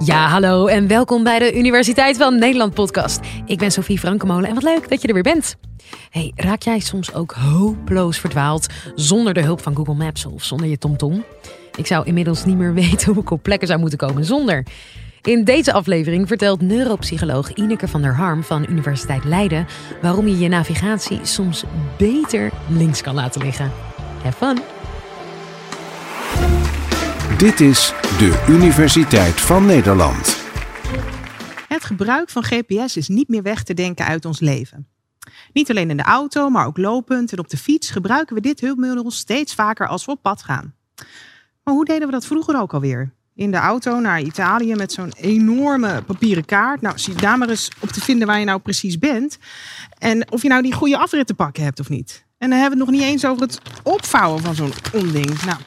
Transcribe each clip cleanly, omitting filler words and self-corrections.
Ja, hallo en welkom bij de Universiteit van Nederland podcast. Ik ben Sophie Frankemolen en wat leuk dat je er weer bent. Hey, raak jij soms ook hopeloos verdwaald zonder de hulp van Google Maps of zonder je TomTom? Ik zou inmiddels niet meer weten hoe ik op plekken zou moeten komen zonder. In deze aflevering vertelt neuropsycholoog Ineke van der Harm van Universiteit Leiden waarom je je navigatie soms beter links kan laten liggen. Have fun! Dit is de Universiteit van Nederland. Het gebruik van GPS is niet meer weg te denken uit ons leven. Niet alleen in de auto, maar ook lopend en op de fiets gebruiken we dit hulpmiddel steeds vaker als we op pad gaan. Maar hoe deden we dat vroeger ook alweer? In de auto naar Italië met zo'n enorme papieren kaart. Nou, zie daar maar eens op te vinden waar je nou precies bent. En of je nou die goede afrit te pakken hebt of niet. En dan hebben we het nog niet eens over het opvouwen van zo'n onding. Nou,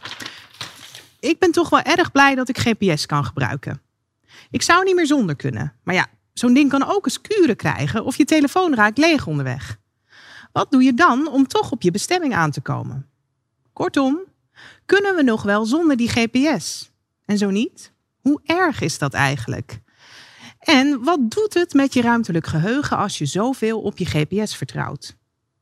ik ben toch wel erg blij dat ik GPS kan gebruiken. Ik zou niet meer zonder kunnen. Maar ja, zo'n ding kan ook eens kuren krijgen of je telefoon raakt leeg onderweg. Wat doe je dan om toch op je bestemming aan te komen? Kortom, kunnen we nog wel zonder die GPS? En zo niet? Hoe erg is dat eigenlijk? En wat doet het met je ruimtelijk geheugen als je zoveel op je GPS vertrouwt?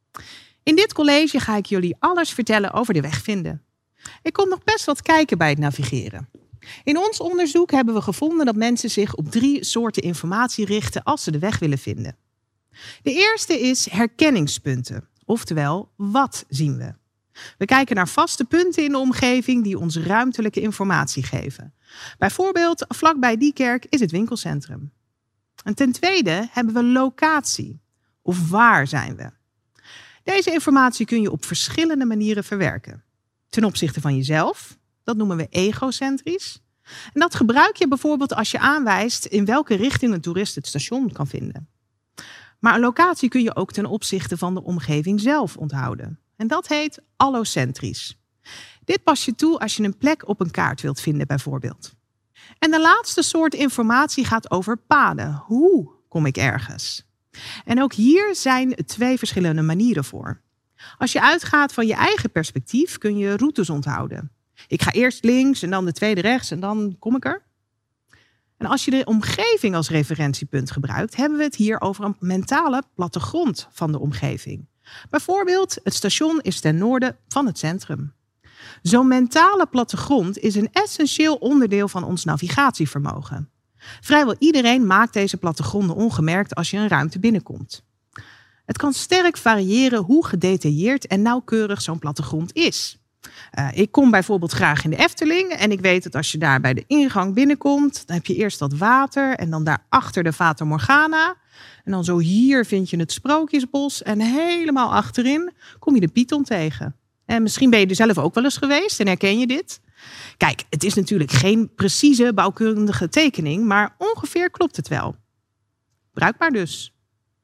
In dit college ga ik jullie alles vertellen over de weg vinden. Ik kom nog best wat kijken bij het navigeren. In ons onderzoek hebben we gevonden dat mensen zich op 3 soorten informatie richten als ze de weg willen vinden. De eerste is herkenningspunten, oftewel wat zien we? We kijken naar vaste punten in de omgeving die ons ruimtelijke informatie geven. Bijvoorbeeld, vlakbij die kerk is het winkelcentrum. En ten tweede hebben we locatie, of waar zijn we? Deze informatie kun je op verschillende manieren verwerken. Ten opzichte van jezelf, dat noemen we egocentrisch. En dat gebruik je bijvoorbeeld als je aanwijst in welke richting een toerist het station kan vinden. Maar een locatie kun je ook ten opzichte van de omgeving zelf onthouden. En dat heet allocentrisch. Dit pas je toe als je een plek op een kaart wilt vinden bijvoorbeeld. En de laatste soort informatie gaat over paden. Hoe kom ik ergens? En ook hier zijn 2 verschillende manieren voor. Als je uitgaat van je eigen perspectief kun je routes onthouden. Ik ga eerst links en dan de tweede rechts en dan kom ik er. En als je de omgeving als referentiepunt gebruikt, hebben we het hier over een mentale plattegrond van de omgeving. Bijvoorbeeld, het station is ten noorden van het centrum. Zo'n mentale plattegrond is een essentieel onderdeel van ons navigatievermogen. Vrijwel iedereen maakt deze plattegronden ongemerkt als je een ruimte binnenkomt. Het kan sterk variëren hoe gedetailleerd en nauwkeurig zo'n plattegrond is. Ik kom bijvoorbeeld graag in de Efteling en ik weet dat als je daar bij de ingang binnenkomt, dan heb je eerst dat water en dan daarachter de Fata Morgana. En dan zo hier vind je het Sprookjesbos en helemaal achterin kom je de Python tegen. En misschien ben je er zelf ook wel eens geweest en herken je dit. Kijk, het is natuurlijk geen precieze bouwkundige tekening, maar ongeveer klopt het wel. Bruikbaar dus.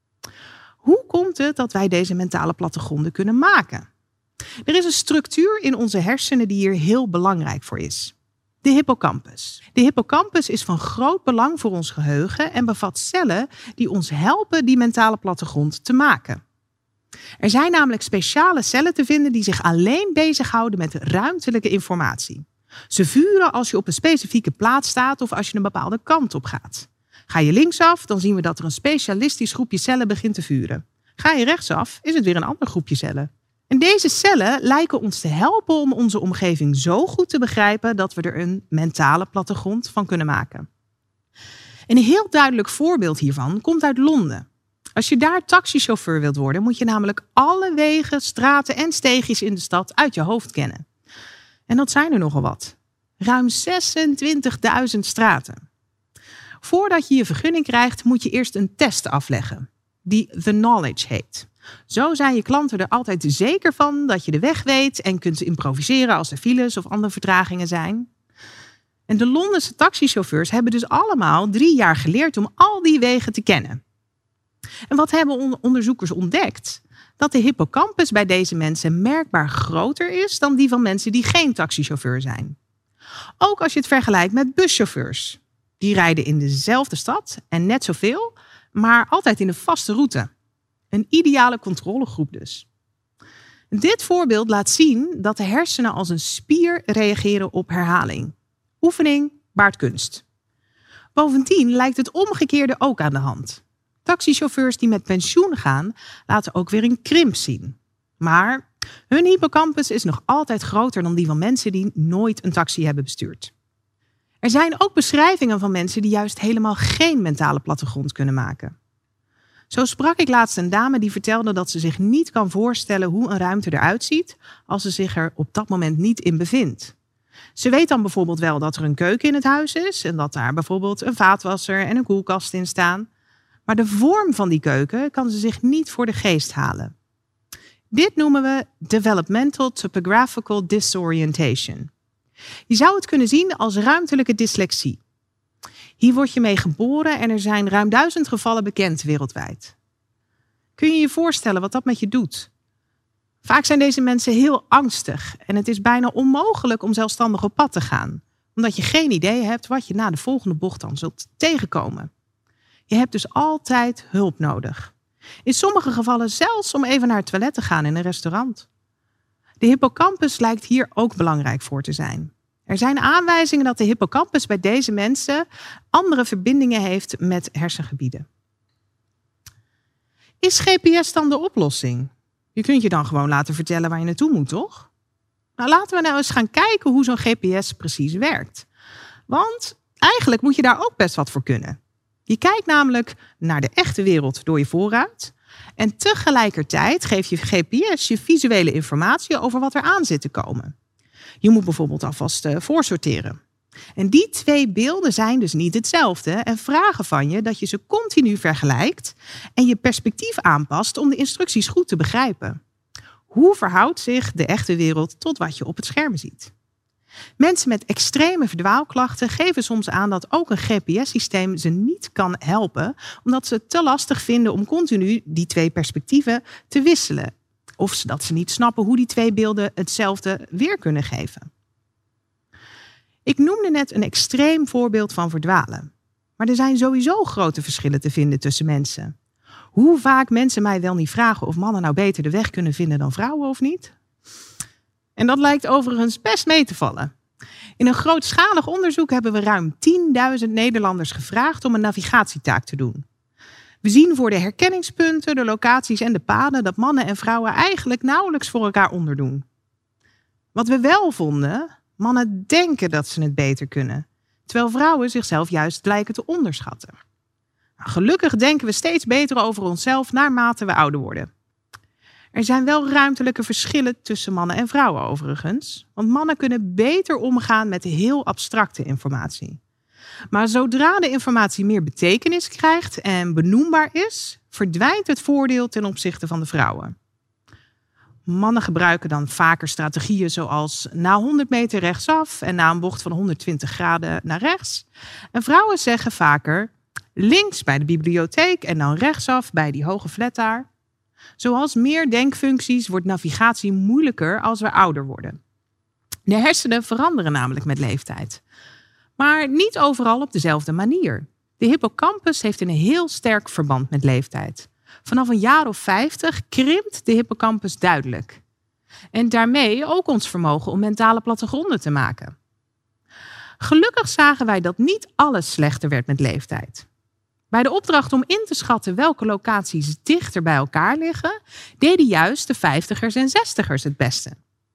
Hoe komt het dat wij deze mentale plattegronden kunnen maken? Er is een structuur in onze hersenen die hier heel belangrijk voor is. De hippocampus. De hippocampus is van groot belang voor ons geheugen en bevat cellen die ons helpen die mentale plattegrond te maken. Er zijn namelijk speciale cellen te vinden die zich alleen bezighouden met ruimtelijke informatie. Ze vuren als je op een specifieke plaats staat of als je een bepaalde kant op gaat. Ga je linksaf, dan zien we dat er een specialistisch groepje cellen begint te vuren. Ga je rechtsaf, is het weer een ander groepje cellen. En deze cellen lijken ons te helpen om onze omgeving zo goed te begrijpen dat we er een mentale plattegrond van kunnen maken. Een heel duidelijk voorbeeld hiervan komt uit Londen. Als je daar taxichauffeur wilt worden, moet je namelijk alle wegen, straten en steegjes in de stad uit je hoofd kennen. En dat zijn er nogal wat. Ruim 26.000 straten. Voordat je je vergunning krijgt, moet je eerst een test afleggen, die The Knowledge heet. Zo zijn je klanten er altijd zeker van dat je de weg weet en kunt improviseren als er files of andere vertragingen zijn. En de Londense taxichauffeurs hebben dus allemaal 3 jaar geleerd om al die wegen te kennen. En wat hebben onderzoekers ontdekt? Dat de hippocampus bij deze mensen merkbaar groter is dan die van mensen die geen taxichauffeur zijn. Ook als je het vergelijkt met buschauffeurs. Die rijden in dezelfde stad en net zoveel, maar altijd in een vaste route. Een ideale controlegroep dus. Dit voorbeeld laat zien dat de hersenen als een spier reageren op herhaling. Oefening baart kunst. Bovendien lijkt het omgekeerde ook aan de hand. Taxichauffeurs die met pensioen gaan, laten ook weer een krimp zien. Maar hun hippocampus is nog altijd groter dan die van mensen die nooit een taxi hebben bestuurd. Er zijn ook beschrijvingen van mensen die juist helemaal geen mentale plattegrond kunnen maken. Zo sprak ik laatst een dame die vertelde dat ze zich niet kan voorstellen hoe een ruimte eruit ziet als ze zich er op dat moment niet in bevindt. Ze weet dan bijvoorbeeld wel dat er een keuken in het huis is en dat daar bijvoorbeeld een vaatwasser en een koelkast in staan. Maar de vorm van die keuken kan ze zich niet voor de geest halen. Dit noemen we developmental topographical disorientation. Je zou het kunnen zien als ruimtelijke dyslexie. Hier word je mee geboren en er zijn ruim 1000 gevallen bekend wereldwijd. Kun je je voorstellen wat dat met je doet? Vaak zijn deze mensen heel angstig en het is bijna onmogelijk om zelfstandig op pad te gaan, omdat je geen idee hebt wat je na de volgende bocht dan zult tegenkomen. Je hebt dus altijd hulp nodig. In sommige gevallen zelfs om even naar het toilet te gaan in een restaurant. De hippocampus lijkt hier ook belangrijk voor te zijn. Er zijn aanwijzingen dat de hippocampus bij deze mensen andere verbindingen heeft met hersengebieden. Is GPS dan de oplossing? Je kunt je dan gewoon laten vertellen waar je naartoe moet, toch? Nou, laten we nou eens gaan kijken hoe zo'n GPS precies werkt. Want eigenlijk moet je daar ook best wat voor kunnen. Je kijkt namelijk naar de echte wereld door je voorruit. En tegelijkertijd geeft je GPS je visuele informatie over wat er aan zit te komen. Je moet bijvoorbeeld alvast voorsorteren. En die twee beelden zijn dus niet hetzelfde en vragen van je dat je ze continu vergelijkt en je perspectief aanpast om de instructies goed te begrijpen. Hoe verhoudt zich de echte wereld tot wat je op het scherm ziet? Mensen met extreme verdwaalklachten geven soms aan dat ook een GPS-systeem ze niet kan helpen, omdat ze het te lastig vinden om continu die twee perspectieven te wisselen. Of dat ze niet snappen hoe die twee beelden hetzelfde weer kunnen geven. Ik noemde net een extreem voorbeeld van verdwalen. Maar er zijn sowieso grote verschillen te vinden tussen mensen. Hoe vaak mensen mij wel niet vragen of mannen nou beter de weg kunnen vinden dan vrouwen of niet? En dat lijkt overigens best mee te vallen. In een grootschalig onderzoek hebben we ruim 10.000 Nederlanders gevraagd om een navigatietaak te doen. We zien voor de herkenningspunten, de locaties en de paden dat mannen en vrouwen eigenlijk nauwelijks voor elkaar onderdoen. Wat we wel vonden, mannen denken dat ze het beter kunnen, terwijl vrouwen zichzelf juist lijken te onderschatten. Nou, gelukkig denken we steeds beter over onszelf naarmate we ouder worden. Er zijn wel ruimtelijke verschillen tussen mannen en vrouwen overigens, want mannen kunnen beter omgaan met heel abstracte informatie. Maar zodra de informatie meer betekenis krijgt en benoembaar is, verdwijnt het voordeel ten opzichte van de vrouwen. Mannen gebruiken dan vaker strategieën zoals na 100 meter rechtsaf en na een bocht van 120 graden naar rechts. En vrouwen zeggen vaker links bij de bibliotheek en dan rechtsaf bij die hoge flat daar. Zoals meer denkfuncties wordt navigatie moeilijker als we ouder worden. De hersenen veranderen namelijk met leeftijd. Maar niet overal op dezelfde manier. De hippocampus heeft een heel sterk verband met leeftijd. Vanaf een jaar of 50 krimpt de hippocampus duidelijk. En daarmee ook ons vermogen om mentale plattegronden te maken. Gelukkig zagen wij dat niet alles slechter werd met leeftijd. Bij de opdracht om in te schatten welke locaties dichter bij elkaar liggen, deden juist de 50ers en 60ers het beste.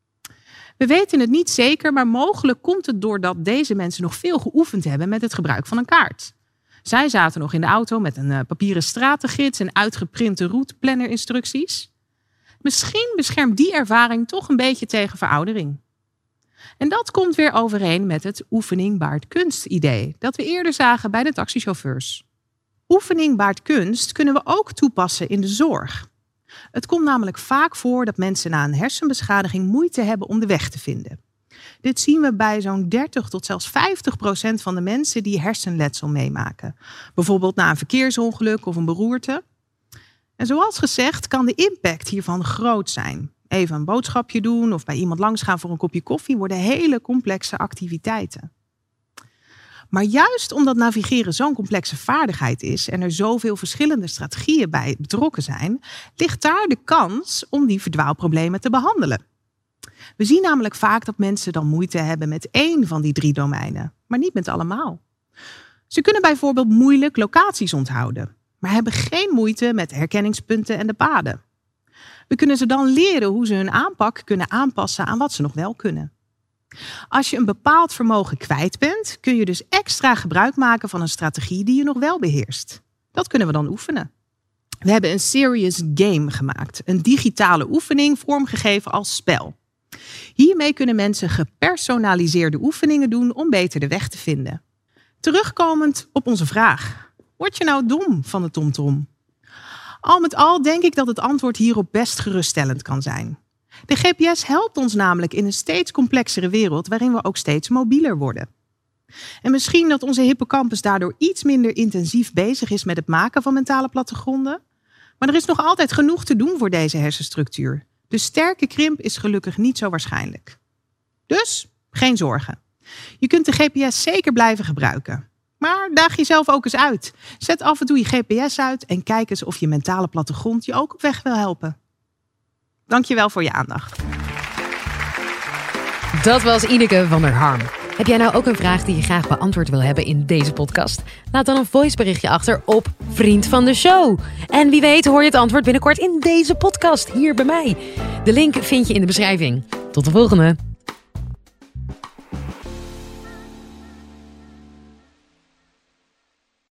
We weten het niet zeker, maar mogelijk komt het doordat deze mensen nog veel geoefend hebben met het gebruik van een kaart. Zij zaten nog in de auto met een papieren stratengids en uitgeprinte routeplanner-instructies. Misschien beschermt die ervaring toch een beetje tegen veroudering. En dat komt weer overeen met het oefening baart kunst idee dat we eerder zagen bij de taxichauffeurs. Oefening baart kunst kunnen we ook toepassen in de zorg. Het komt namelijk vaak voor dat mensen na een hersenbeschadiging moeite hebben om de weg te vinden. Dit zien we bij zo'n 30 tot zelfs 50% van de mensen die hersenletsel meemaken. Bijvoorbeeld na een verkeersongeluk of een beroerte. En zoals gezegd kan de impact hiervan groot zijn. Even een boodschapje doen of bij iemand langsgaan voor een kopje koffie worden hele complexe activiteiten. Maar juist omdat navigeren zo'n complexe vaardigheid is en er zoveel verschillende strategieën bij betrokken zijn, ligt daar de kans om die verdwaalproblemen te behandelen. We zien namelijk vaak dat mensen dan moeite hebben met één van die 3 domeinen, maar niet met allemaal. Ze kunnen bijvoorbeeld moeilijk locaties onthouden, maar hebben geen moeite met herkenningspunten en de paden. We kunnen ze dan leren hoe ze hun aanpak kunnen aanpassen aan wat ze nog wel kunnen. Als je een bepaald vermogen kwijt bent, kun je dus extra gebruik maken van een strategie die je nog wel beheerst. Dat kunnen we dan oefenen. We hebben een serious game gemaakt, een digitale oefening vormgegeven als spel. Hiermee kunnen mensen gepersonaliseerde oefeningen doen om beter de weg te vinden. Terugkomend op onze vraag, word je nou dom van de TomTom? Al met al denk ik dat het antwoord hierop best geruststellend kan zijn. De GPS helpt ons namelijk in een steeds complexere wereld waarin we ook steeds mobieler worden. En misschien dat onze hippocampus daardoor iets minder intensief bezig is met het maken van mentale plattegronden. Maar er is nog altijd genoeg te doen voor deze hersenstructuur. De sterke krimp is gelukkig niet zo waarschijnlijk. Dus geen zorgen. Je kunt de GPS zeker blijven gebruiken. Maar daag jezelf ook eens uit. Zet af en toe je GPS uit en kijk eens of je mentale plattegrond je ook op weg wil helpen. Dankjewel voor je aandacht. Dat was Ineke van der Harm. Heb jij nou ook een vraag die je graag beantwoord wil hebben in deze podcast? Laat dan een voiceberichtje achter op Vriend van de Show. En wie weet hoor je het antwoord binnenkort in deze podcast hier bij mij. De link vind je in de beschrijving. Tot de volgende.